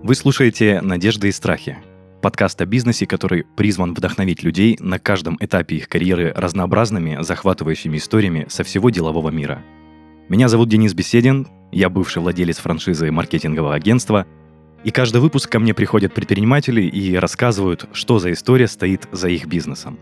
Вы слушаете «Надежды и страхи» — подкаст о бизнесе, который призван вдохновить людей на каждом этапе их карьеры разнообразными, захватывающими историями со всего делового мира. Меня зовут Денис Беседин, я бывший владелец франшизы маркетингового агентства, и каждый выпуск ко мне приходят предприниматели и рассказывают, что за история стоит за их бизнесом.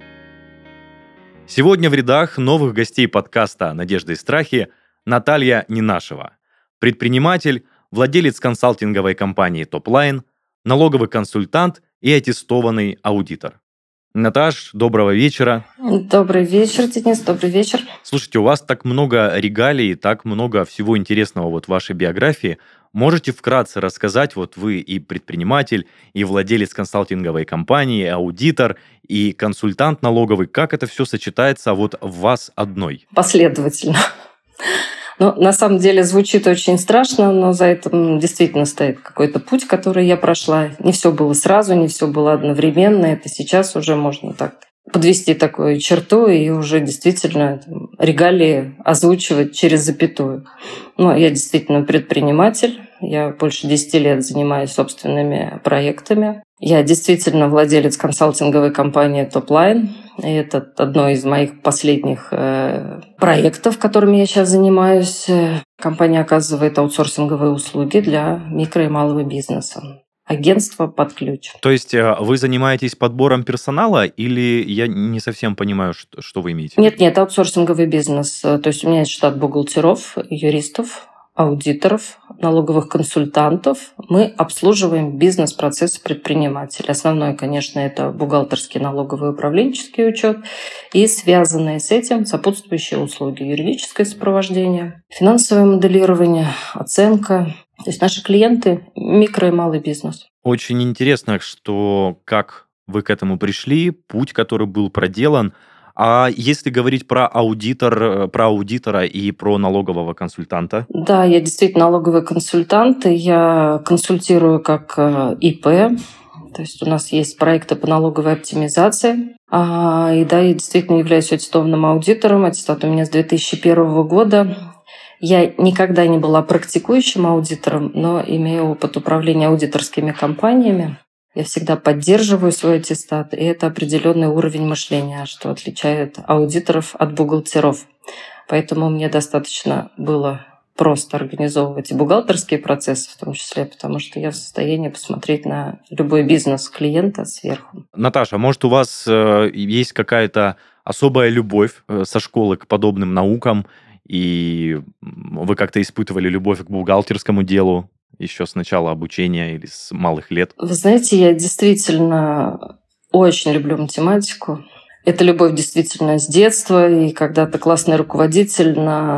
Сегодня в рядах новых гостей подкаста «Надежды и страхи» Наталья Ненашева, предприниматель, владелец консалтинговой компании Topline, налоговый консультант и аттестованный аудитор. Наташ, доброго вечера. Добрый вечер, Денис, добрый вечер. Слушайте, у вас так много регалий, так много всего интересного в вашей биографии. Можете вкратце рассказать, вы и предприниматель, и владелец консалтинговой компании, и аудитор, и консультант налоговый, как это все сочетается в вас одной? Последовательно. На самом деле звучит очень страшно, но за этим действительно стоит какой-то путь, который я прошла. Не все было сразу, не все было одновременно. Это сейчас уже можно так подвести такую черту и уже действительно регалии озвучивать через запятую. Я действительно предприниматель. Я больше 10 лет занимаюсь собственными проектами. Я действительно владелец консалтинговой компании Topline. И это одно из моих последних проектов, которыми я сейчас занимаюсь. Компания оказывает аутсорсинговые услуги для микро и малого бизнеса. Агентство под ключ. То есть вы занимаетесь подбором персонала или я не совсем понимаю, что вы имеете? Нет, аутсорсинговый бизнес. То есть у меня есть штат бухгалтеров, юристов, аудиторов, налоговых консультантов. Мы обслуживаем бизнес-процессы предпринимателей. Основное, конечно, это бухгалтерский, налоговый, управленческий учет и связанные с этим сопутствующие услуги: юридическое сопровождение, финансовое моделирование, оценка. То есть наши клиенты – микро и малый бизнес. Очень интересно, как вы к этому пришли, путь, который был проделан. А если говорить про аудитора и про налогового консультанта? Да, я действительно налоговый консультант, и я консультирую как ИП. То есть у нас есть проекты по налоговой оптимизации. И да, я действительно являюсь аттестованным аудитором. Аттестат у меня с 2001 года. Я никогда не была практикующим аудитором, но имею опыт управления аудиторскими компаниями. Я всегда поддерживаю свой аттестат, и это определенный уровень мышления, что отличает аудиторов от бухгалтеров. Поэтому мне достаточно было просто организовывать и бухгалтерские процессы в том числе, потому что я в состоянии посмотреть на любой бизнес клиента сверху. Наташа, может, у вас есть какая-то особая любовь со школы к подобным наукам, и вы как-то испытывали любовь к бухгалтерскому делу еще с начала обучения или с малых лет? Вы знаете, я действительно очень люблю математику. Это любовь действительно с детства, и когда-то классный руководитель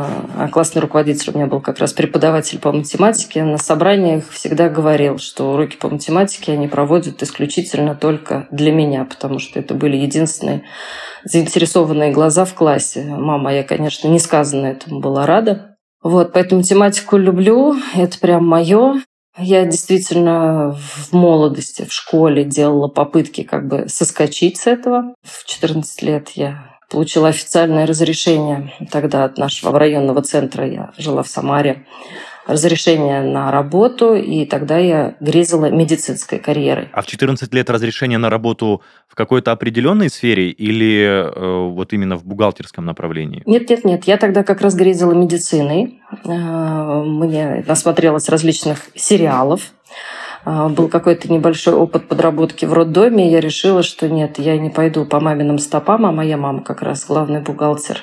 у меня был как раз преподаватель по математике, на собраниях всегда говорил, что уроки по математике они проводят исключительно только для меня, потому что это были единственные заинтересованные глаза в классе. Мама, я, конечно, несказанно этому была рада. Поэтому математику люблю, это прям моё. Я действительно в молодости, в школе делала попытки соскочить с этого. В 14 лет я получила официальное разрешение тогда от нашего районного центра, я жила в Самаре, разрешение на работу, и тогда я грезила медицинской карьерой. А в 14 лет разрешение на работу в какой-то определенной сфере или именно в бухгалтерском направлении? Нет. Я тогда как раз грезила медициной. Мне насмотрелась различных сериалов. Был какой-то небольшой опыт подработки в роддоме, и я решила, что нет, я не пойду по маминым стопам, а моя мама как раз главный бухгалтер.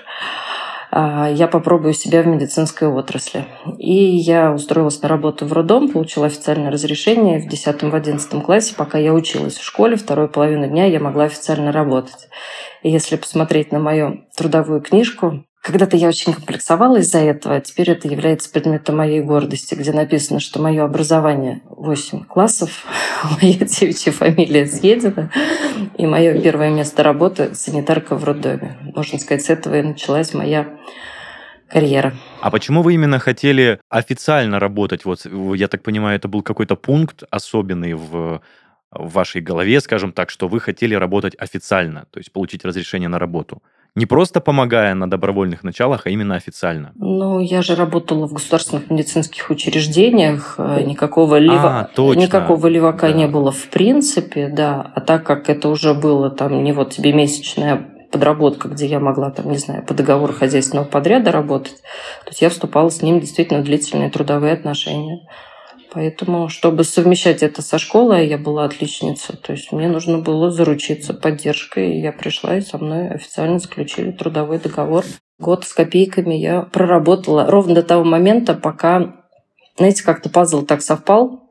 Я попробую себя в медицинской отрасли. И я устроилась на работу в роддом, получила официальное разрешение в 10-11 классе. Пока я училась в школе, вторую половину дня я могла официально работать. И если посмотреть на мою трудовую книжку, когда-то я очень комплексовала из-за этого, а теперь это является предметом моей гордости, где написано, что мое образование 8 классов, моя девичья фамилия Съедина, и мое первое место работы — санитарка в роддоме. Можно сказать, с этого и началась моя карьера. А почему вы именно хотели официально работать? Я так понимаю, это был какой-то пункт особенный в вашей голове, скажем так, что вы хотели работать официально, то есть получить разрешение на работу. Не просто помогая на добровольных началах, а именно официально. Ну, я же работала в государственных медицинских учреждениях, никакого Точно. левака не Да. было в принципе, да. А так как это уже было там не вот тебе месячная подработка, где я могла там, не знаю, по договору хозяйственного подряда работать, то есть я вступала с ним действительно в длительные трудовые отношения. Поэтому, чтобы совмещать это со школой, я была отличницей. То есть мне нужно было заручиться поддержкой. И я пришла, и со мной официально заключили трудовой договор. Год с копейками я проработала ровно до того момента, пока, знаете, как-то пазл так совпал.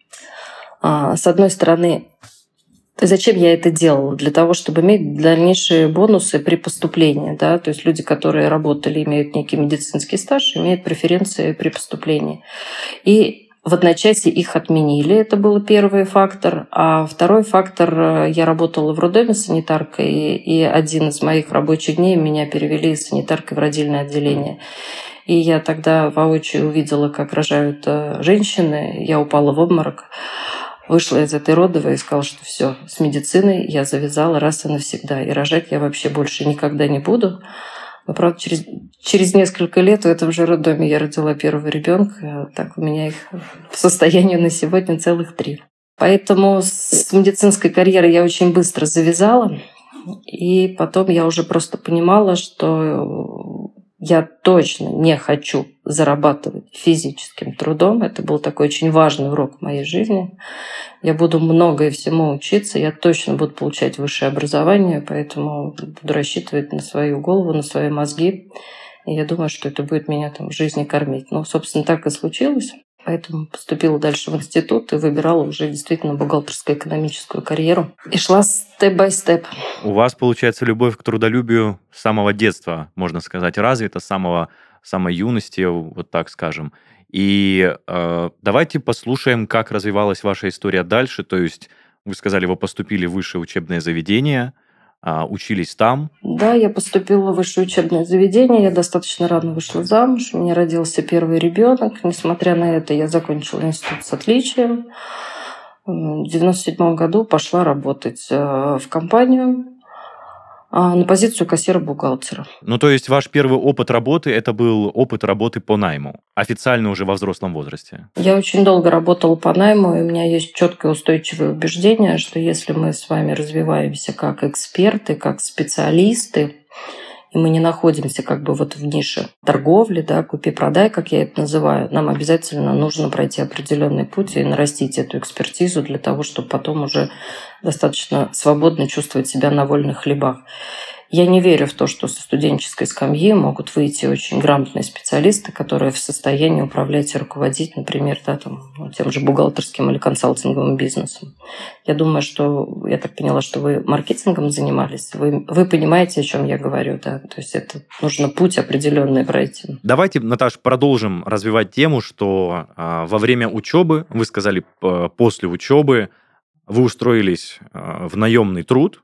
С одной стороны, зачем я это делала? Для того, чтобы иметь дальнейшие бонусы при поступлении. Да? То есть люди, которые работали, имеют некий медицинский стаж, имеют преференции при поступлении. И в одночасье их отменили, это был первый фактор. А второй фактор, я работала в роддоме санитаркой, и один из моих рабочих дней меня перевели из санитаркой в родильное отделение. И я тогда воочию увидела, как рожают женщины, я упала в обморок, вышла из этой родовой и сказала, что все, с медициной я завязала раз и навсегда, и рожать я вообще больше никогда не буду. Но, правда, через несколько лет в этом же роддоме я родила первого ребенка. Так у меня их по состоянию на сегодня целых 3. Поэтому с медицинской карьерой я очень быстро завязала. И потом я уже просто понимала, что я точно не хочу зарабатывать физическим трудом. Это был такой очень важный урок в моей жизни. Я буду многое всему учиться, я точно буду получать высшее образование, поэтому буду рассчитывать на свою голову, на свои мозги. И я думаю, что это будет меня там в жизни кормить. Ну, собственно, так и случилось. Поэтому поступила дальше в институт и выбирала уже действительно бухгалтерско-экономическую карьеру. И шла степ-бай-степ. У вас, получается, любовь к трудолюбию с самого детства, можно сказать, развита, с самой юности, вот так скажем. И давайте послушаем, как развивалась ваша история дальше. То есть вы сказали, вы поступили в высшее учебное заведение, учились там. Да, я поступила в высшее учебное заведение, я достаточно рано вышла замуж, у меня родился первый ребенок. Несмотря на это, я закончила институт с отличием. В 1997 году пошла работать в компанию на позицию кассира-бухгалтера. Ну, то есть ваш первый опыт работы, это был опыт работы по найму, официально уже во взрослом возрасте. Я очень долго работала по найму, и у меня есть четкое устойчивое убеждение, что если мы с вами развиваемся как эксперты, как специалисты, и мы не находимся как бы вот в нише торговли, да, купи-продай, как я это называю, нам обязательно нужно пройти определенный путь и нарастить эту экспертизу для того, чтобы потом уже достаточно свободно чувствовать себя на вольных хлебах. Я не верю в то, что со студенческой скамьи могут выйти очень грамотные специалисты, которые в состоянии управлять и руководить, например, да, тем же бухгалтерским или консалтинговым бизнесом. Я думаю, что, я так поняла, что вы маркетингом занимались, вы понимаете, о чем я говорю, да, то есть это нужно путь определенный пройти. Давайте, Наташ, продолжим развивать тему, что во время учебы, вы сказали, после учебы вы устроились в наемный труд.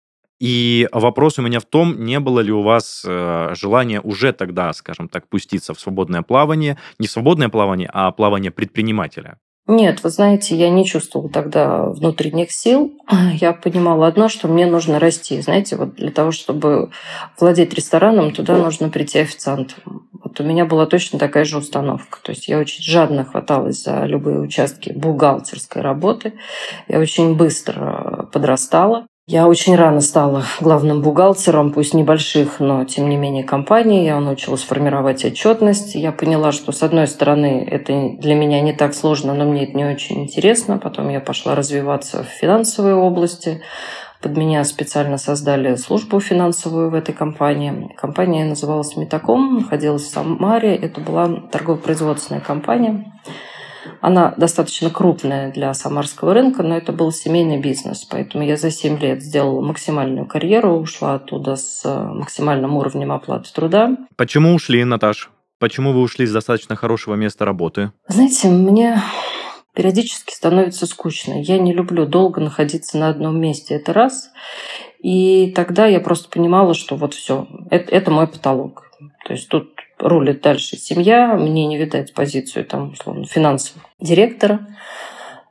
И вопрос у меня в том, не было ли у вас желания уже тогда, скажем так, пуститься в свободное плавание, не в свободное плавание, а плавание предпринимателя? Нет, вы знаете, я не чувствовала тогда внутренних сил. Я понимала одно, что мне нужно расти. Знаете, вот для того, чтобы владеть рестораном, туда нужно прийти официантом. Вот у меня была точно такая же установка. То есть я очень жадно хваталась за любые участки бухгалтерской работы. Я очень быстро подрастала. Я очень рано стала главным бухгалтером, пусть небольших, но тем не менее компаний. Я научилась формировать отчетность. Я поняла, что с одной стороны это для меня не так сложно, но мне это не очень интересно. Потом я пошла развиваться в финансовой области. Под меня специально создали службу финансовую в этой компании. Компания называлась «Метаком», находилась в Самаре. Это была торгово-производственная компания. Она достаточно крупная для самарского рынка, но это был семейный бизнес. Поэтому я за 7 лет сделала максимальную карьеру, ушла оттуда с максимальным уровнем оплаты труда. Почему ушли, Наташ? Почему вы ушли с достаточно хорошего места работы? Знаете, мне периодически становится скучно. Я не люблю долго находиться на одном месте. Это раз. И тогда я просто понимала, что вот все, это мой потолок. То есть тут рулит дальше семья, мне не видать позицию там, условно, финансового директора.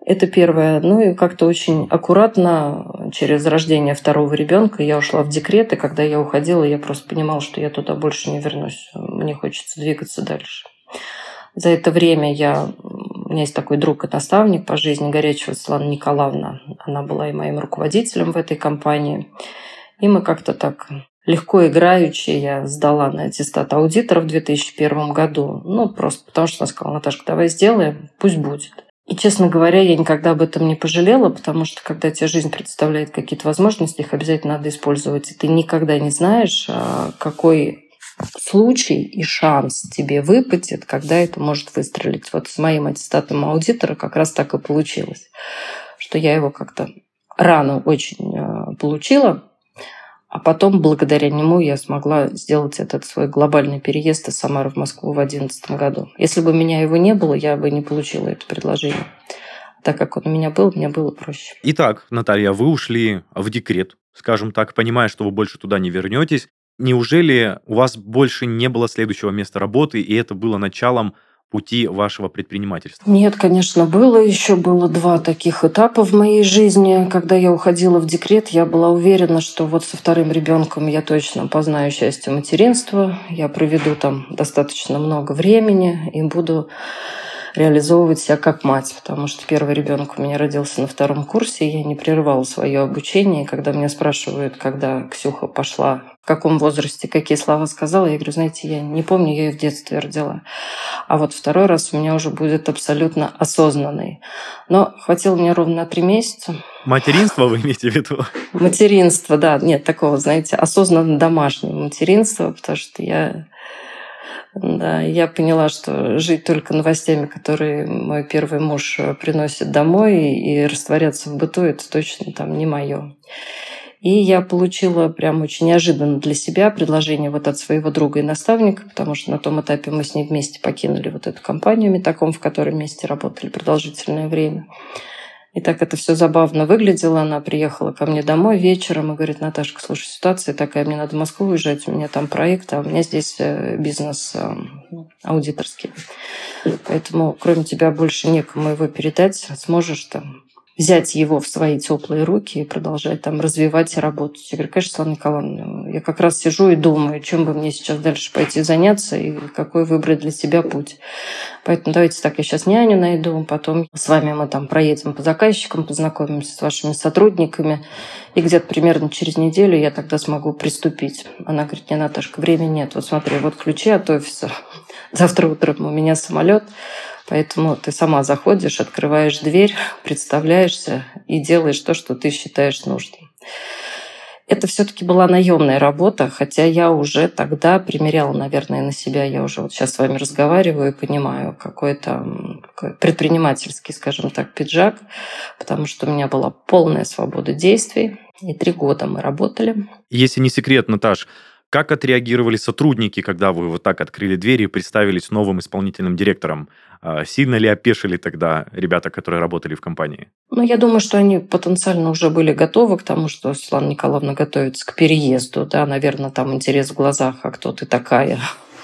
Это первое. Ну и как-то очень аккуратно через рождение второго ребенка я ушла в декрет, и когда я уходила, я просто понимала, что я туда больше не вернусь. Мне хочется двигаться дальше. За это время у меня есть такой друг и наставник по жизни, Горячева Светлана Николаевна. Она была и моим руководителем в этой компании. И мы как-то так легко играючи я сдала на аттестат аудитора в 2001 году. Ну, просто потому что она сказала: Наташка, давай сделаем, пусть будет. И, честно говоря, я никогда об этом не пожалела, потому что, когда тебе жизнь представляет какие-то возможности, их обязательно надо использовать. И ты никогда не знаешь, какой случай и шанс тебе выпадет, когда это может выстрелить. Вот с моим аттестатом аудитора как раз так и получилось, что я его как-то рано очень получила, а потом, благодаря нему, я смогла сделать этот свой глобальный переезд из Самары в Москву в 2011 году. Если бы у меня его не было, я бы не получила это предложение. Так как он у меня был, мне было проще. Итак, Наталья, вы ушли в декрет, скажем так, понимая, что вы больше туда не вернетесь. Неужели у вас больше не было следующего места работы, и это было началом пути вашего предпринимательства? Нет, конечно, было. Еще было 2 таких этапа в моей жизни. Когда я уходила в декрет, я была уверена, что вот со вторым ребенком я точно познаю счастье материнства. Я проведу там достаточно много времени и буду реализовывать себя как мать, потому что первый ребенок у меня родился на 2 курсе, и я не прерывала свое обучение. И когда меня спрашивают, когда Ксюха пошла, в каком возрасте, какие слова сказала, я говорю: знаете, я не помню, я ее в детстве родила. А вот второй раз у меня уже будет абсолютно осознанный. Но хватило мне ровно на 3 месяца. Материнство вы имеете в виду? Материнство, да. Нет, такого, знаете, осознанно домашнего материнства, потому что я поняла, что жить только новостями, которые мой первый муж приносит домой, и растворяться в быту, это точно там не мое. И я получила прям очень неожиданно для себя предложение вот от своего друга и наставника, потому что на том этапе мы с ней вместе покинули вот эту компанию Метаком, в которой вместе работали продолжительное время. И так это все забавно выглядело. Она приехала ко мне домой вечером и говорит: Наташка, слушай, ситуация такая, мне надо в Москву уезжать, у меня там проект, а у меня здесь бизнес аудиторский. Поэтому кроме тебя больше некому его передать. Сможешь там взять его в свои теплые руки и продолжать там развивать и работать. Я говорю: конечно, Светлана Николаевна, я как раз сижу и думаю, чем бы мне сейчас дальше пойти заняться и какой выбрать для себя путь. Поэтому давайте так, я сейчас няню найду, потом с вами мы там проедем по заказчикам, познакомимся с вашими сотрудниками, и где-то примерно через неделю я тогда смогу приступить. Она говорит: не, Наташка, времени нет. Вот смотри, вот ключи от офиса. Завтра утром у меня самолет. Поэтому ты сама заходишь, открываешь дверь, представляешься и делаешь то, что ты считаешь нужным. Это все-таки была наемная работа, хотя я уже тогда примеряла, наверное, на себя. Я уже вот сейчас с вами разговариваю и понимаю, какой-то предпринимательский, скажем так, пиджак, потому что у меня была полная свобода действий. И 3 года мы работали. Если не секрет, Наташ, как отреагировали сотрудники, когда вы вот так открыли двери и представились новым исполнительным директором? Сильно ли опешили тогда ребята, которые работали в компании? Ну, я думаю, что они потенциально уже были готовы к тому, что Светлана Николаевна готовится к переезду. Да, наверное, там интерес в глазах: а кто ты такая?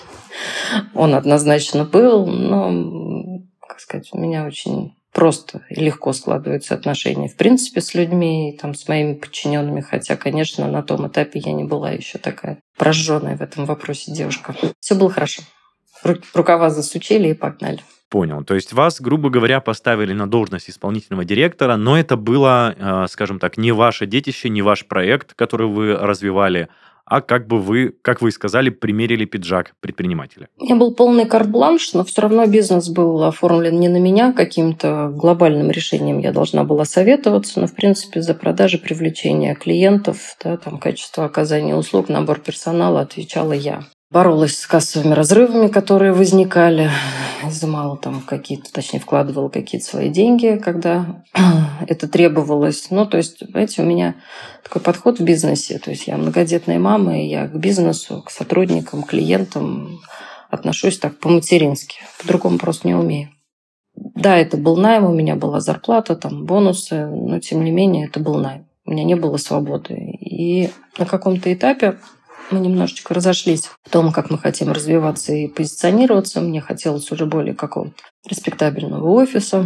Он однозначно был, но, как сказать, у меня очень просто и легко складываются отношения, в принципе, с людьми, там, с моими подчиненными. Хотя, конечно, на том этапе я не была еще такая прожженная в этом вопросе девушка. Все было хорошо. Рукава засучили и погнали. Понял. То есть вас, грубо говоря, поставили на должность исполнительного директора, но это было, скажем так, не ваше детище, не ваш проект, который вы развивали, а как бы вы, как вы сказали, примерили пиджак предпринимателя. У меня был полный карт-бланш, но все равно бизнес был оформлен не на меня, каким-то глобальным решением я должна была советоваться, но, в принципе, за продажи, привлечение клиентов, да, там, качество оказания услуг, набор персонала отвечала я. Боролась с кассовыми разрывами, которые возникали, изымала там какие-то, точнее, вкладывала какие-то свои деньги, когда это требовалось. Ну, то есть, знаете, у меня такой подход в бизнесе. То есть я многодетная мама, и я к бизнесу, к сотрудникам, клиентам отношусь так по-матерински. По-другому просто не умею. Да, это был найм, у меня была зарплата, там, бонусы, но, тем не менее, это был найм. У меня не было свободы. И на каком-то этапе мы немножечко разошлись в том, как мы хотим развиваться и позиционироваться. Мне хотелось уже более какого-то респектабельного офиса.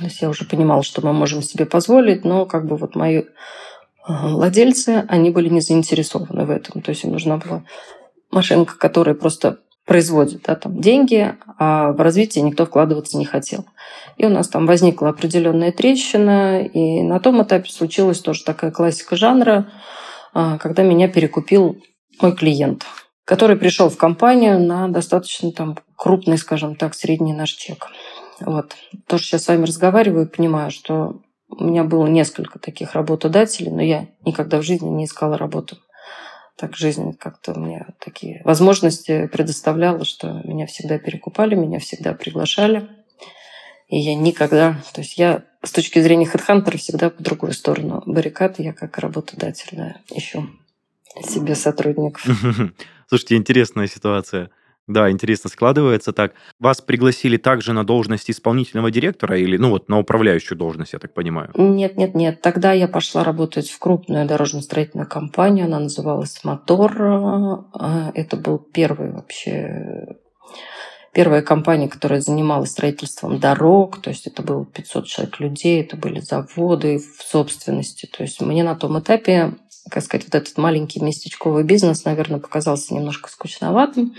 То есть я уже понимала, что мы можем себе позволить, но как бы вот мои владельцы, они были не заинтересованы в этом. То есть им нужна была машинка, которая просто производит там деньги, а в развитие никто вкладываться не хотел. И у нас там возникла определенная трещина, и на том этапе случилась тоже такая классика жанра, когда меня перекупил мой клиент, который пришел в компанию на достаточно там крупный, скажем так, средний наш чек. Вот. Тоже сейчас с вами разговариваю и понимаю, что у меня было несколько таких работодателей, но я никогда в жизни не искала работу. Так жизнь как-то мне такие возможности предоставляла, что меня всегда перекупали, меня всегда приглашали. И я никогда... То есть я с точки зрения хедхантера всегда по другую сторону баррикад. Я как работодатель ищу себе сотрудников. Слушайте, интересная ситуация. Да, интересно складывается так. Вас пригласили также на должность исполнительного директора или, на управляющую должность, я так понимаю? Нет. Тогда я пошла работать в крупную дорожно-строительную компанию. Она называлась «Мотор». Это был первая компания, которая занималась строительством дорог. То есть это было 500 человек людей, это были заводы в собственности. То есть мне на том этапе, как сказать, вот этот маленький местечковый бизнес, наверное, показался немножко скучноватым.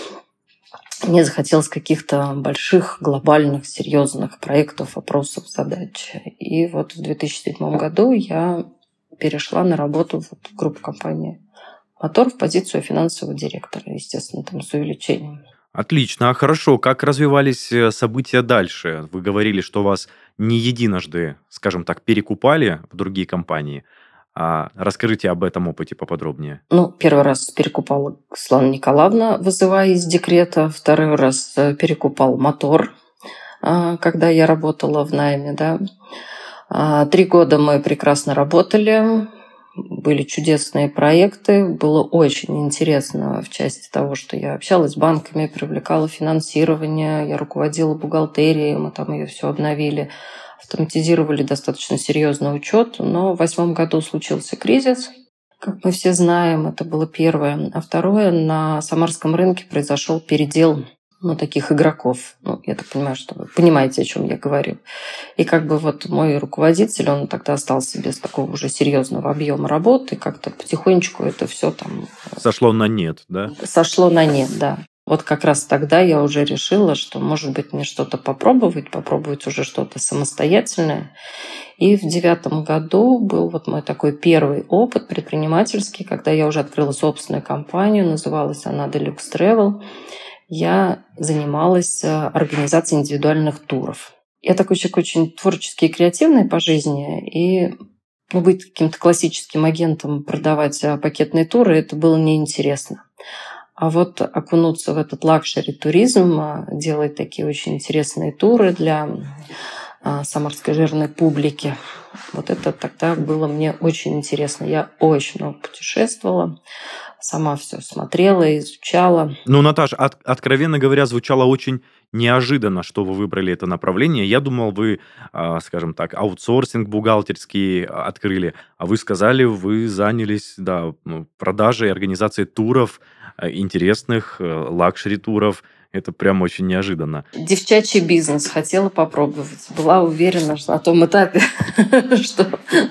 Мне захотелось каких-то больших, глобальных, серьезных проектов, вопросов, задач. И вот в 2007 году я перешла на работу в группу компании «Мотор» в позицию финансового директора, естественно, там с увеличением. Отлично, хорошо. Как развивались события дальше? Вы говорили, что вас не единожды, скажем так, перекупали в другие компании. Расскажите об этом опыте поподробнее. Первый раз перекупала Светлана Николаевна, вызывая из декрета. Второй раз перекупал «Мотор», когда я работала в найме. Да. 3 года мы прекрасно работали. Были чудесные проекты. Было очень интересно в части того, что я общалась с банками, привлекала финансирование, я руководила бухгалтерией, мы там ее все обновили. Автоматизировали достаточно серьезный учет, но в 2008 году случился кризис. Как мы все знаем, это было первое. А второе, на самарском рынке произошел передел таких игроков. Я так понимаю, что вы понимаете, о чем я говорю. И как бы вот мой руководитель, он тогда остался без такого уже серьезного объема работы, как-то потихонечку это все там... Сошло на нет, да? Сошло на нет, да. Вот как раз тогда я уже решила, что, может быть, мне что-то попробовать уже что-то самостоятельное. И в 2009 году был вот мой такой первый опыт предпринимательский, когда я уже открыла собственную компанию, называлась она Deluxe Travel. Я занималась организацией индивидуальных туров. Я такой человек очень творческий и креативный по жизни, и быть каким-то классическим агентом, продавать пакетные туры, это было неинтересно. А вот окунуться в этот лакшери-туризм, делать такие очень интересные туры для самарской жирной публики, вот это тогда было мне очень интересно. Я очень много путешествовала, сама все смотрела, изучала. Наташ, откровенно говоря, звучало очень неожиданно, что вы выбрали это направление. Я думал, вы, скажем так, аутсорсинг бухгалтерский открыли, а вы сказали, вы занялись продажей, организацией туров, интересных лакшери-туров. Это прям очень неожиданно. Девчачий бизнес хотела попробовать. Была уверена на том этапе, что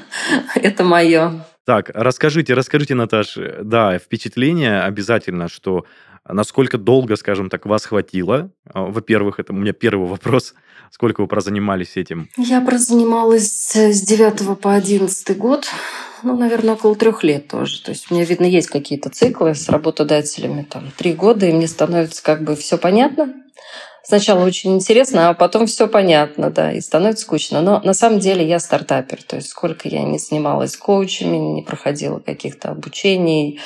это мое. Так, расскажите, Наташ, впечатление обязательно, что насколько долго, скажем так, вас хватило? Во-первых, это у меня первый вопрос. Сколько вы прозанимались этим? Я прозанималась с 9 по 11 год. Наверное, около 3 лет тоже. То есть у меня, видно, есть какие-то циклы с работодателями. 3 года, и мне становится как бы все понятно. Сначала очень интересно, а потом все понятно, да, и становится скучно. Но на самом деле я стартапер. То есть сколько я не занималась коучами, не проходила каких-то обучений,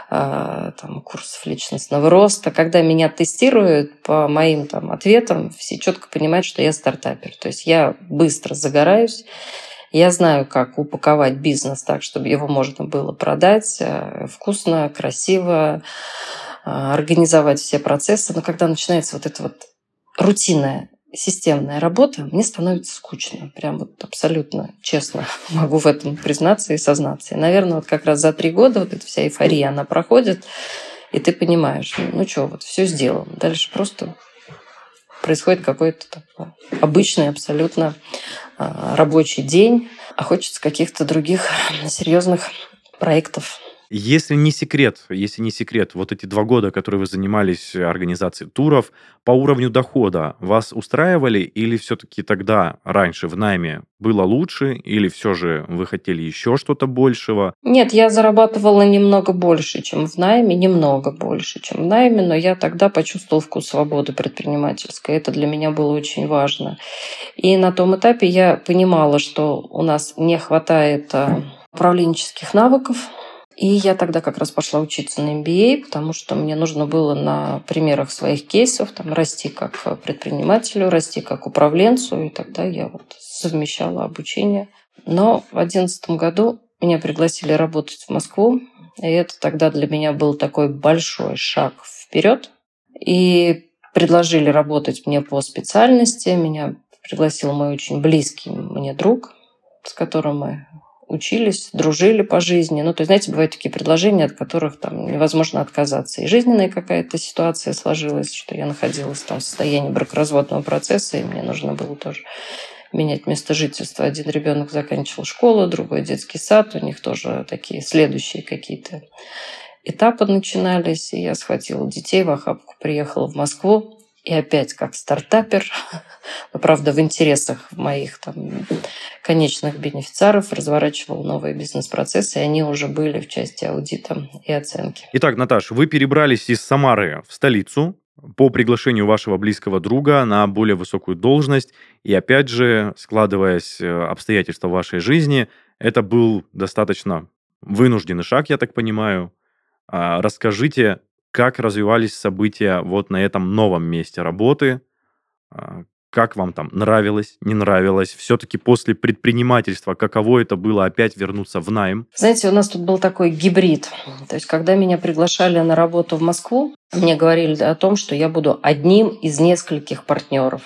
курсов личностного роста. Когда меня тестируют по моим ответам, все четко понимают, что я стартапер. То есть я быстро загораюсь. Я знаю, как упаковать бизнес так, чтобы его можно было продать вкусно, красиво, организовать все процессы. Но когда начинается вот эта рутинная, системная работа, мне становится скучно. Прям абсолютно честно могу в этом признаться и сознаться. И, наверное, как раз за 3 года эта вся эйфория, она проходит, и ты понимаешь, все сделано. Дальше просто происходит какой-то такой обычный абсолютно рабочий день, а хочется каких-то других серьезных проектов. Если не секрет, вот эти 2 года, которые вы занимались организацией туров, по уровню дохода вас устраивали или все-таки тогда, раньше, в найме было лучше, или все же вы хотели еще что-то большего? Нет, я зарабатывала немного больше, чем в найме, немного больше, чем в найме, но я тогда почувствовала вкус свободы предпринимательской. Это для меня было очень важно. И на том этапе я понимала, что у нас не хватает управленческих навыков. И я тогда как раз пошла учиться на MBA, потому что мне нужно было на примерах своих кейсов расти как предпринимателю, расти как управленцу. И тогда я совмещала обучение. Но в 2011 году меня пригласили работать в Москву. И это тогда для меня был такой большой шаг вперед. И предложили работать мне по специальности. Меня пригласил мой очень близкий мне друг, с которым мы учились, дружили по жизни. То есть, знаете, бывают такие предложения, от которых невозможно отказаться. И жизненная какая-то ситуация сложилась, что я находилась в состоянии бракоразводного процесса, и мне нужно было тоже менять место жительства. Один ребенок заканчивал школу, другой детский сад. У них тоже такие следующие какие-то этапы начинались. И я схватила детей в охапку, приехала в Москву. И опять как стартапер, но, правда, в интересах моих конечных бенефициаров разворачивал новые бизнес-процессы, и они уже были в части аудита и оценки. Итак, Наташ, вы перебрались из Самары в столицу по приглашению вашего близкого друга на более высокую должность. И опять же, складываясь обстоятельства вашей жизни, это был достаточно вынужденный шаг, я так понимаю. Расскажите, как развивались события вот на этом новом месте работы? Как вам там нравилось, не нравилось? Все-таки после предпринимательства, каково это было опять вернуться в найм? Знаете, у нас тут был такой гибрид. То есть, когда меня приглашали на работу в Москву, мне говорили о том, что я буду одним из нескольких партнеров.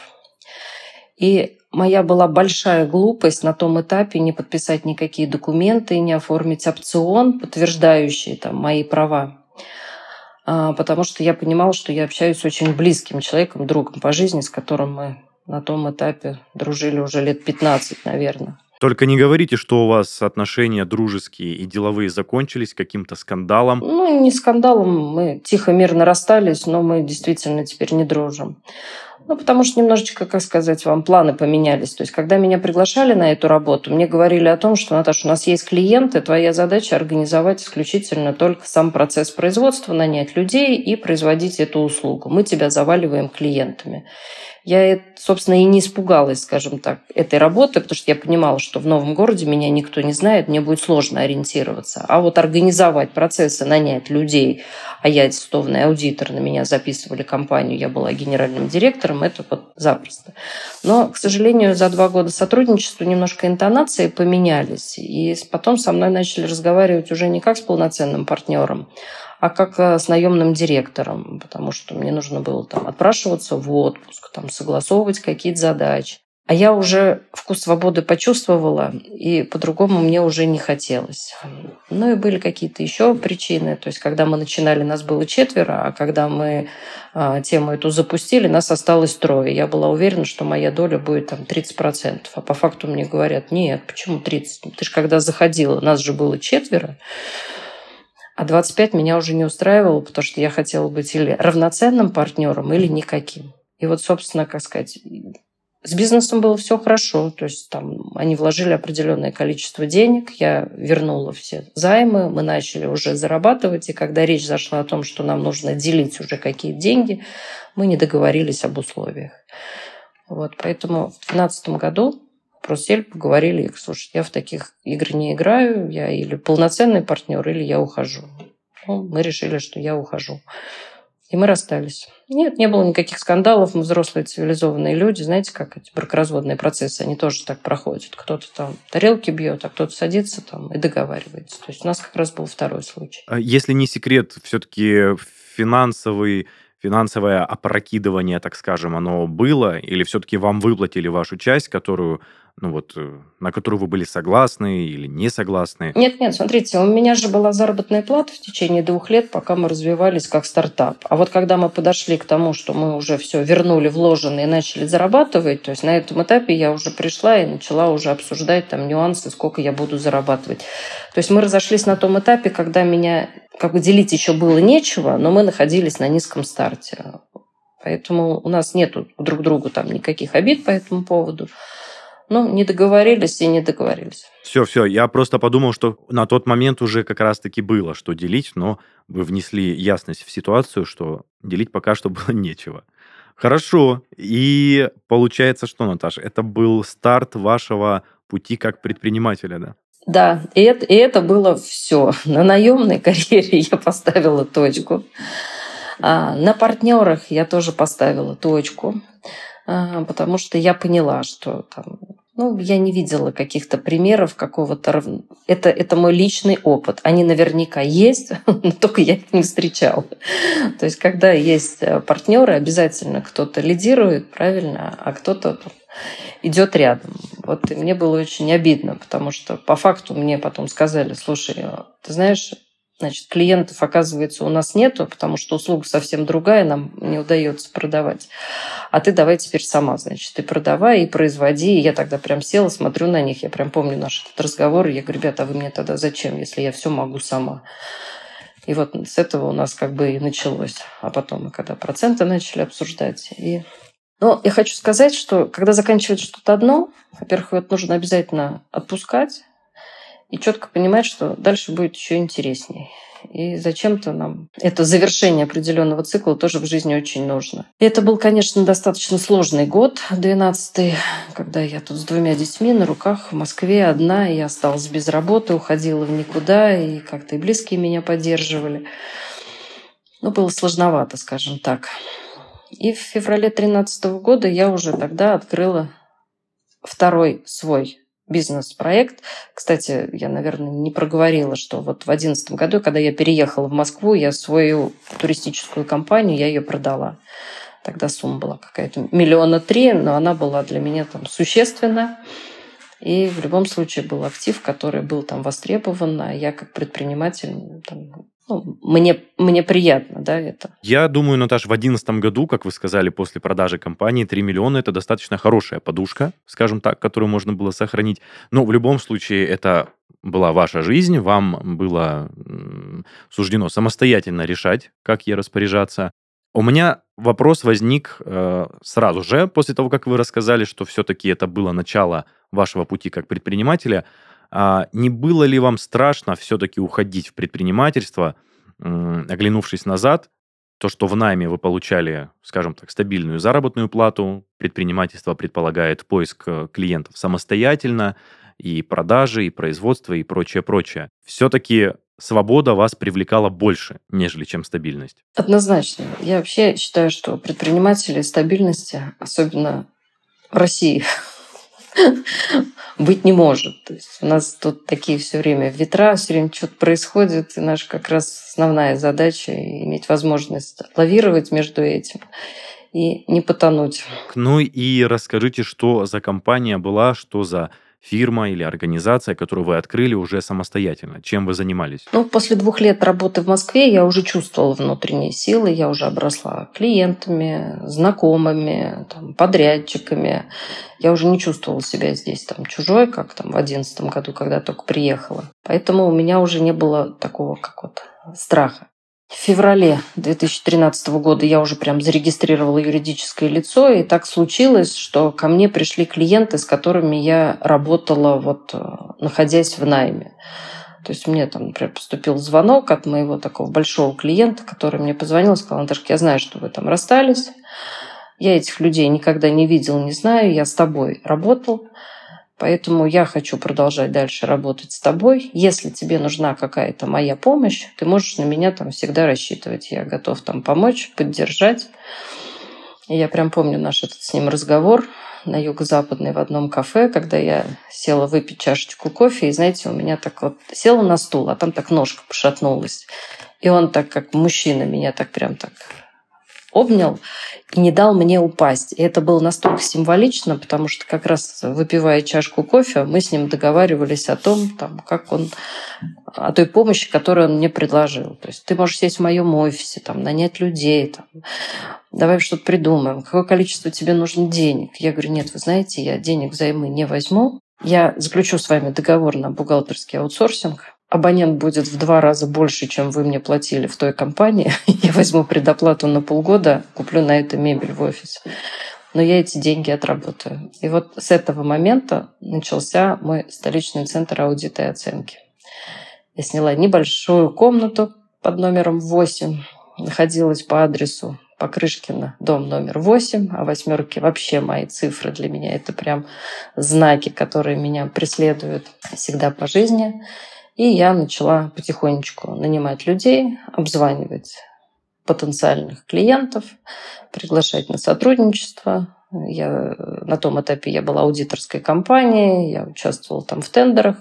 И моя была большая глупость на том этапе не подписать никакие документы, не оформить опцион, подтверждающий мои права. Потому что я понимала, что я общаюсь с очень близким человеком, другом по жизни, с которым мы на том этапе дружили уже лет 15, наверное. Только не говорите, что у вас отношения дружеские и деловые закончились каким-то скандалом. Не скандалом, мы тихо, мирно расстались, но мы действительно теперь не дружим. Потому что немножечко, как сказать вам, планы поменялись. То есть, когда меня приглашали на эту работу, мне говорили о том, что, Наташа, у нас есть клиенты, твоя задача организовать исключительно только сам процесс производства, нанять людей и производить эту услугу. Мы тебя заваливаем клиентами. Я, собственно, и не испугалась, скажем так, этой работы, потому что я понимала, что в новом городе меня никто не знает, мне будет сложно ориентироваться. А организовать процессы, нанять людей, а я аттестованный аудитор, на меня записывали компанию, я была генеральным директором, это запросто. Но, к сожалению, за 2 года сотрудничества немножко интонации поменялись, и потом со мной начали разговаривать уже не как с полноценным партнером, а как с наемным директором, потому что мне нужно было отпрашиваться в отпуск, согласовывать какие-то задачи. А я уже вкус свободы почувствовала, и по-другому мне уже не хотелось. И были какие-то еще причины. То есть, когда мы начинали, нас было 4, а когда мы тему эту запустили, нас осталось 3. Я была уверена, что моя доля будет 30%. А по факту мне говорят, нет, почему 30? Ты же когда заходила, нас же было 4. А 25 меня уже не устраивало, потому что я хотела быть или равноценным партнером, или никаким. И собственно, как сказать, с бизнесом было все хорошо. То есть они вложили определенное количество денег, я вернула все займы, мы начали уже зарабатывать. И когда речь зашла о том, что нам нужно делить уже какие-то деньги, мы не договорились об условиях. Поэтому в 2012 году просто сели, поговорили, слушай, я в таких игр не играю, я или полноценный партнер, или я ухожу. Мы решили, что я ухожу. И мы расстались. Нет, не было никаких скандалов, мы взрослые цивилизованные люди. Знаете, как эти бракоразводные процессы, они тоже так проходят. Кто-то тарелки бьет, а кто-то садится и договаривается. То есть у нас как раз был второй случай. Если не секрет, все-таки финансовое опрокидывание, так скажем, оно было? Или все-таки вам выплатили вашу часть, которую на которую вы были согласны или не согласны? Нет, смотрите, у меня же была заработная плата в течение 2 лет, пока мы развивались как стартап. А вот когда мы подошли к тому, что мы уже все вернули вложенное и начали зарабатывать, то есть на этом этапе я уже пришла и начала уже обсуждать там нюансы, сколько я буду зарабатывать. То есть мы разошлись на том этапе, когда меня делить еще было нечего, но мы находились на низком старте. Поэтому у нас нету друг другу там никаких обид по этому поводу. Не договорились и не договорились. Все, я просто подумал, что на тот момент уже как раз-таки было что делить, но вы внесли ясность в ситуацию, что делить пока что было нечего. Хорошо. И получается что, Наташа, это был старт вашего пути как предпринимателя, да? Да, и это было все. На наемной карьере я поставила точку. На партнерах я тоже поставила точку, потому что я поняла, что я не видела каких-то примеров какого-то... Это мой личный опыт. Они наверняка есть, но только я их не встречала. То есть, когда есть партнеры, обязательно кто-то лидирует, правильно, а кто-то идет рядом. И мне было очень обидно, потому что по факту мне потом сказали: слушай, ты знаешь, клиентов, оказывается, у нас нету, потому что услуга совсем другая, нам не удается продавать. А ты давай теперь сама, ты продавай и производи. И я тогда прям села, смотрю на них, я прям помню наш этот разговор, и я говорю: ребята, а вы мне тогда зачем, если я все могу сама? И с этого у нас и началось. А потом мы когда проценты начали обсуждать. Я хочу сказать, что когда заканчивается что-то одно, во-первых, это нужно обязательно отпускать и четко понимать, что дальше будет еще интереснее. И зачем-то нам это завершение определенного цикла тоже в жизни очень нужно. И это был, конечно, достаточно сложный год, 12-й, когда я тут с 2 детьми на руках в Москве одна, и я осталась без работы, уходила в никуда, и как-то и близкие меня поддерживали. Было сложновато, скажем так. И в феврале 2013 года я уже тогда открыла второй свой бизнес-проект. Кстати, я, наверное, не проговорила, что в 2011 году, когда я переехала в Москву, я свою туристическую компанию, я ее продала. Тогда сумма была какая-то 3 миллиона, но она была для меня существенна. И в любом случае был актив, который был востребован, а я как предприниматель... Мне приятно, да, это. Я думаю, Наташа, в 2011 году, как вы сказали, после продажи компании 3 миллиона – это достаточно хорошая подушка, скажем так, которую можно было сохранить. Но в любом случае это была ваша жизнь, вам было суждено самостоятельно решать, как ей распоряжаться. У меня вопрос возник сразу же, после того, как вы рассказали, что все-таки это было начало вашего пути как предпринимателя. Не было ли вам страшно все-таки уходить в предпринимательство, оглянувшись назад, то, что в найме вы получали, скажем так, стабильную заработную плату, предпринимательство предполагает поиск клиентов самостоятельно, и продажи, и производство, и прочее. Все-таки свобода вас привлекала больше, нежели чем стабильность? Однозначно. Я вообще считаю, что предприниматели стабильности, особенно в России, быть не может. То есть у нас тут такие все время ветра, все время что-то происходит, и наша как раз основная задача — иметь возможность лавировать между этим и не потонуть. И расскажите, что за компания была, что за фирма или организация, которую вы открыли уже самостоятельно? Чем вы занимались? После 2 лет работы в Москве я уже чувствовала внутренние силы, я уже обросла клиентами, знакомыми, подрядчиками. Я уже не чувствовала себя здесь чужой, как в 2011 году, когда только приехала. Поэтому у меня уже не было такого какого-то страха. В феврале 2013 года я уже прям зарегистрировала юридическое лицо, и так случилось, что ко мне пришли клиенты, с которыми я работала, находясь в найме. То есть мне например, поступил звонок от моего такого большого клиента, который мне позвонил и сказал: Наташка, я знаю, что вы расстались, я этих людей никогда не видел, не знаю, я с тобой работал, поэтому я хочу продолжать дальше работать с тобой. Если тебе нужна какая-то моя помощь, ты можешь на меня всегда рассчитывать. Я готов помочь, поддержать. И я прям помню наш этот с ним разговор на Юго-Западной в одном кафе, когда я села выпить чашечку кофе, и, знаете, у меня села на стул, а там ножка пошатнулась. И он как мужчина меня прям обнял и не дал мне упасть. И это было настолько символично, потому что как раз выпивая чашку кофе, мы с ним договаривались о том, как он, о той помощи, которую он мне предложил. То есть ты можешь сесть в моем офисе, нанять людей, давай что-то придумаем. Какое количество тебе нужно денег? Я говорю, нет, вы знаете, я денег взаймы не возьму. Я заключу с вами договор на бухгалтерский аутсорсинг. Абонент будет в 2 раза больше, чем вы мне платили в той компании. Я возьму предоплату на полгода, куплю на это мебель в офис. Но я эти деньги отработаю. И вот с этого момента начался мой столичный центр аудита и оценки. Я сняла небольшую комнату под номером 8, находилась по адресу Покрышкина, дом номер 8, а 8 вообще мои цифры для меня. Это прям знаки, которые меня преследуют всегда по жизни. И я начала потихонечку нанимать людей, обзванивать потенциальных клиентов, приглашать на сотрудничество. На том этапе я была аудиторской компанией, я участвовала там в тендерах,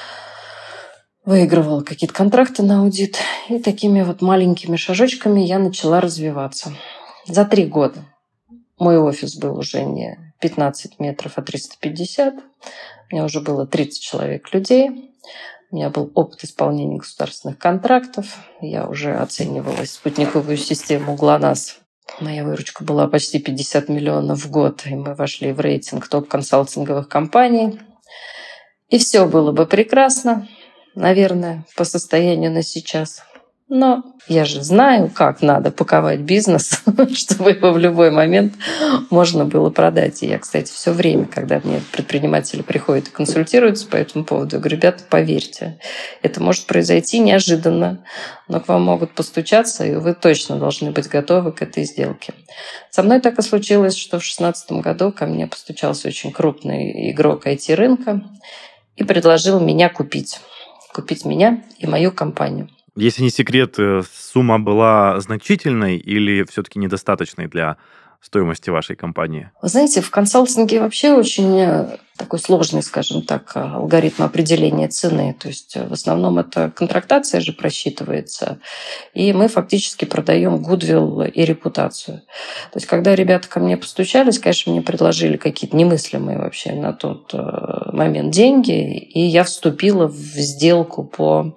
выигрывала какие-то контракты на аудит. И такими вот маленькими шажочками я начала развиваться. За 3 года мой офис был уже не 15 метров, а 350. У меня уже было 30 человек людей. У меня был опыт исполнения государственных контрактов. Я уже оценивала спутниковую систему ГЛОНАСС. Моя выручка была почти 50 миллионов в год, и мы вошли в рейтинг топ-консалтинговых компаний. И все было бы прекрасно, наверное, по состоянию на сейчас. Но я же знаю, как надо паковать бизнес, чтобы его в любой момент можно было продать. И я, кстати, все время, когда мне предприниматели приходят и консультируются по этому поводу, я говорю, ребята, поверьте, это может произойти неожиданно, но к вам могут постучаться, и вы точно должны быть готовы к этой сделке. Со мной так и случилось, что в 2016 году ко мне постучался очень крупный игрок IT-рынка и предложил меня купить. Купить меня и мою компанию. Если не секрет, сумма была значительной или все-таки недостаточной для стоимости вашей компании? Вы знаете, в консалтинге вообще очень такой сложный, скажем так, алгоритм определения цены. То есть в основном это контрактация же просчитывается, и мы фактически продаем гудвилл и репутацию. То есть когда ребята ко мне постучались, конечно, мне предложили какие-то немыслимые вообще на тот момент деньги, и я вступила в сделку по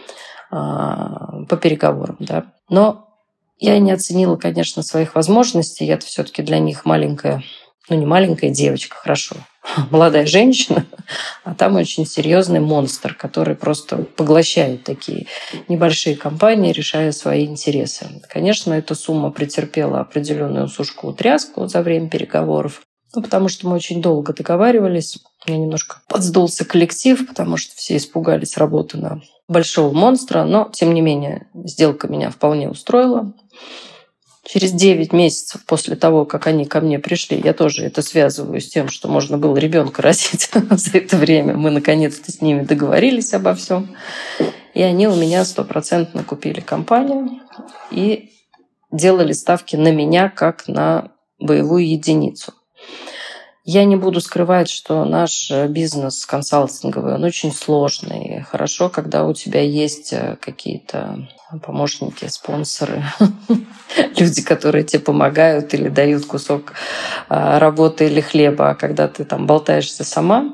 переговорам. Да. Но я не оценила, конечно, своих возможностей. Я-то все-таки для них маленькая, не маленькая девочка, хорошо, молодая женщина, а там очень серьезный монстр, который просто поглощает такие небольшие компании, решая свои интересы. Конечно, эта сумма претерпела определенную сушку-утряску за время переговоров. Потому что мы очень долго договаривались. У меня немножко подсдулся коллектив, потому что все испугались работы на большого монстра. Но, тем не менее, сделка меня вполне устроила. Через 9 месяцев после того, как они ко мне пришли, я тоже это связываю с тем, что можно было ребенка родить за это время. Мы наконец-то с ними договорились обо всем. И они у меня 100% купили компанию и делали ставки на меня как на боевую единицу. Я не буду скрывать, что наш бизнес консалтинговый, он очень сложный. Хорошо, когда у тебя есть какие-то помощники, спонсоры, люди, которые тебе помогают или дают кусок работы или хлеба. А когда ты там болтаешься сама,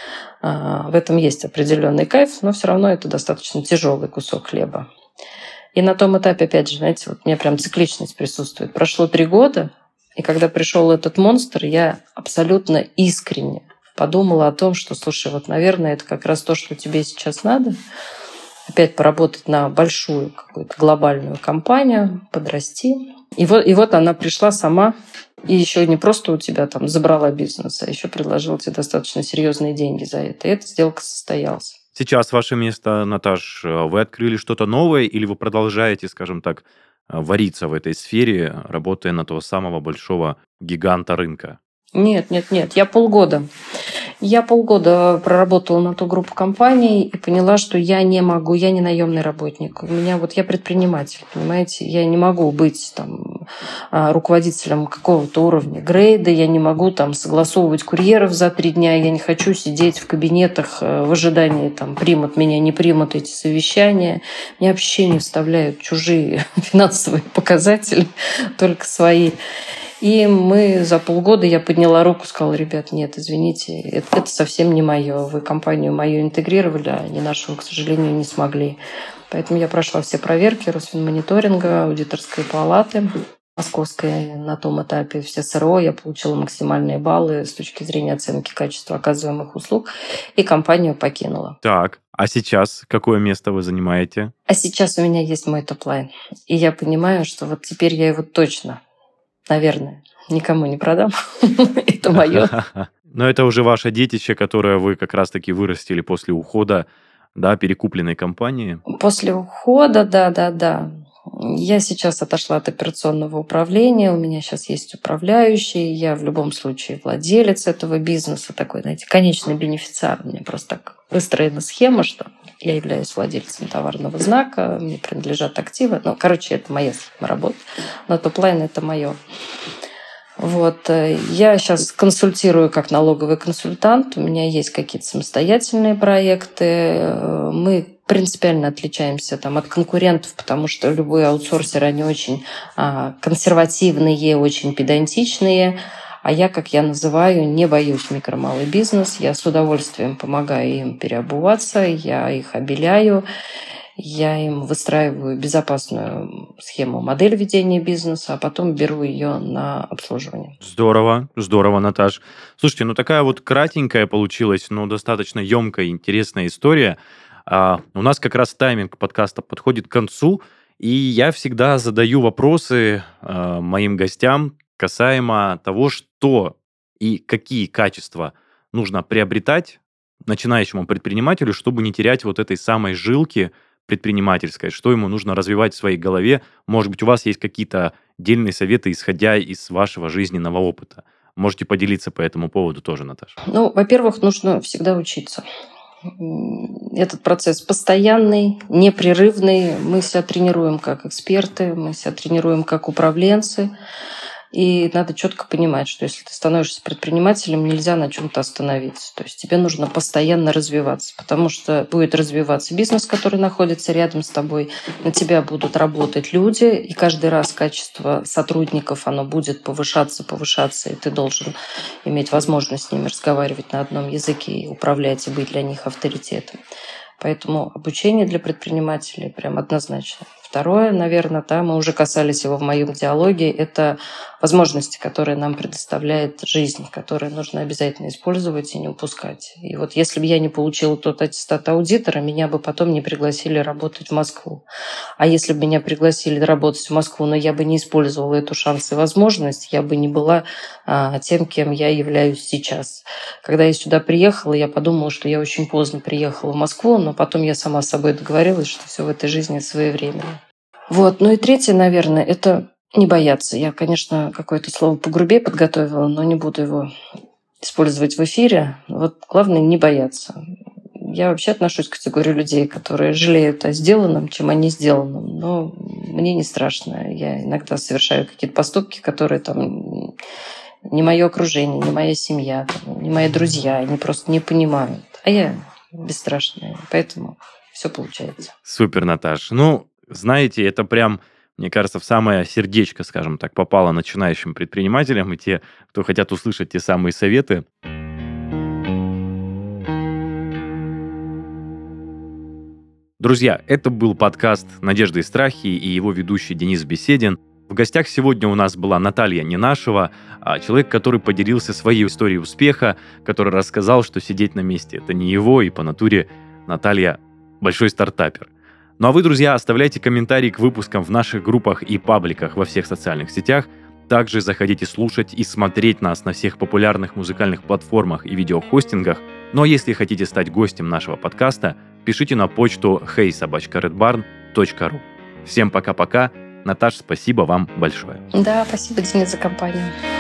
в этом есть определенный кайф, но все равно это достаточно тяжелый кусок хлеба. И на том этапе, опять же, знаете, вот у меня прям цикличность присутствует. Прошло 3 года, и когда пришел этот монстр, я абсолютно искренне подумала о том, что, слушай, вот, наверное, это как раз то, что тебе сейчас надо. Опять поработать на большую какую-то глобальную компанию, подрасти. И вот она пришла сама, и еще не просто у тебя там забрала бизнес, а еще предложила тебе достаточно серьезные деньги за это. И эта сделка состоялась. Сейчас ваше место, Наташ, вы открыли что-то новое или вы продолжаете, скажем так, вариться в этой сфере, работая на того самого большого гиганта рынка? Нет. Я полгода проработала на ту группу компаний и поняла, что я не могу, я не наемный работник. Я предприниматель, понимаете? Я не могу быть там руководителем какого-то уровня грейда, я не могу там согласовывать курьеров за 3 дня, я не хочу сидеть в кабинетах в ожидании, там, примут меня, не примут эти совещания. Мне вообще не вставляют чужие финансовые показатели, только свои. И мы за полгода, я подняла руку, сказала: ребят, нет, извините, это совсем не мое. Вы компанию мою интегрировали, а не нашу, к сожалению, не смогли. Поэтому я прошла все проверки Росфинмониторинга, аудиторской палаты московской на том этапе, все СРО, я получила максимальные баллы с точки зрения оценки качества оказываемых услуг, и компанию покинула. Так, а сейчас какое место вы занимаете? А сейчас у меня есть мой топ-лайн. И я понимаю, что вот теперь я его точно, наверное, никому не продам. Это мое. Но это уже ваше детище, которое вы как раз-таки вырастили после ухода, да, перекупленной компании. После ухода, да. Я сейчас отошла от операционного управления, у меня сейчас есть управляющий, я в любом случае владелец этого бизнеса, такой, знаете, конечный бенефициар. У меня просто так выстроена схема, что я являюсь владельцем товарного знака, мне принадлежат активы. Ну, короче, это моя схема работы, но топ-лайн – это мое. Вот. Я сейчас консультирую как налоговый консультант. У меня есть какие-то самостоятельные проекты. Мы принципиально отличаемся там от конкурентов, потому что любые аутсорсеры, они очень консервативные, очень педантичные. А я, как я называю, не боюсь микро-малый бизнес. Я с удовольствием помогаю им переобуваться, я их обеляю. Я им выстраиваю безопасную схему, модель ведения бизнеса, а потом беру ее на обслуживание. Здорово, Наташ. Слушайте, ну такая вот кратенькая получилась, но достаточно емкая, интересная история. У нас как раз тайминг подкаста подходит к концу, и я всегда задаю вопросы моим гостям касаемо того, что и какие качества нужно приобретать начинающему предпринимателю, чтобы не терять вот этой самой жилки предпринимательской, что ему нужно развивать в своей голове. Может быть, у вас есть какие-то дельные советы, исходя из вашего жизненного опыта. Можете поделиться по этому поводу тоже, Наташа. Ну, во-первых, нужно всегда учиться. Этот процесс постоянный, непрерывный. Мы себя тренируем как эксперты, мы себя тренируем как управленцы. И надо четко понимать, что если ты становишься предпринимателем, нельзя на чем-то остановиться. То есть тебе нужно постоянно развиваться, потому что будет развиваться бизнес, который находится рядом с тобой, на тебя будут работать люди, и каждый раз качество сотрудников, оно будет повышаться, и ты должен иметь возможность с ними разговаривать на одном языке и управлять, и быть для них авторитетом. Поэтому обучение для предпринимателей прям однозначно. Второе, наверное, мы уже касались его в моем диалоге, это возможности, которые нам предоставляет жизнь, которые нужно обязательно использовать и не упускать. И вот если бы я не получила тот аттестат аудитора, меня бы потом не пригласили работать в Москву. А если бы меня пригласили работать в Москву, но я бы не использовала эту шанс и возможность, я бы не была тем, кем я являюсь сейчас. Когда я сюда приехала, я подумала, что я очень поздно приехала в Москву, но потом я сама с собой договорилась, что все в этой жизни своевременно. Вот. Ну и третье, наверное, это не бояться. Я, конечно, какое-то слово погрубее подготовила, но не буду его использовать в эфире. Вот главное не бояться. Я вообще отношусь к категории людей, которые жалеют о сделанном, чем о не сделанном. Но мне не страшно. Я иногда совершаю какие-то поступки, которые там не мое окружение, не моя семья, не мои друзья, они просто не понимают. А я бесстрашная, поэтому все получается. Супер, Наташ. Ну, знаете, это прям, мне кажется, в самое сердечко, скажем так, попало начинающим предпринимателям и те, кто хотят услышать те самые советы. Друзья, это был подкаст «Надежды и страхи» и его ведущий Денис Беседин. В гостях сегодня у нас была Наталья Ненашева, человек, который поделился своей историей успеха, который рассказал, что сидеть на месте – это не его, и по натуре Наталья – большой стартапер. Ну а вы, друзья, оставляйте комментарии к выпускам в наших группах и пабликах во всех социальных сетях. Также заходите слушать и смотреть нас на всех популярных музыкальных платформах и видеохостингах. Ну а если хотите стать гостем нашего подкаста, пишите на почту hey@redbarn.ru. Всем пока-пока. Наташ, спасибо вам большое. Да, спасибо, Денис, за компанию.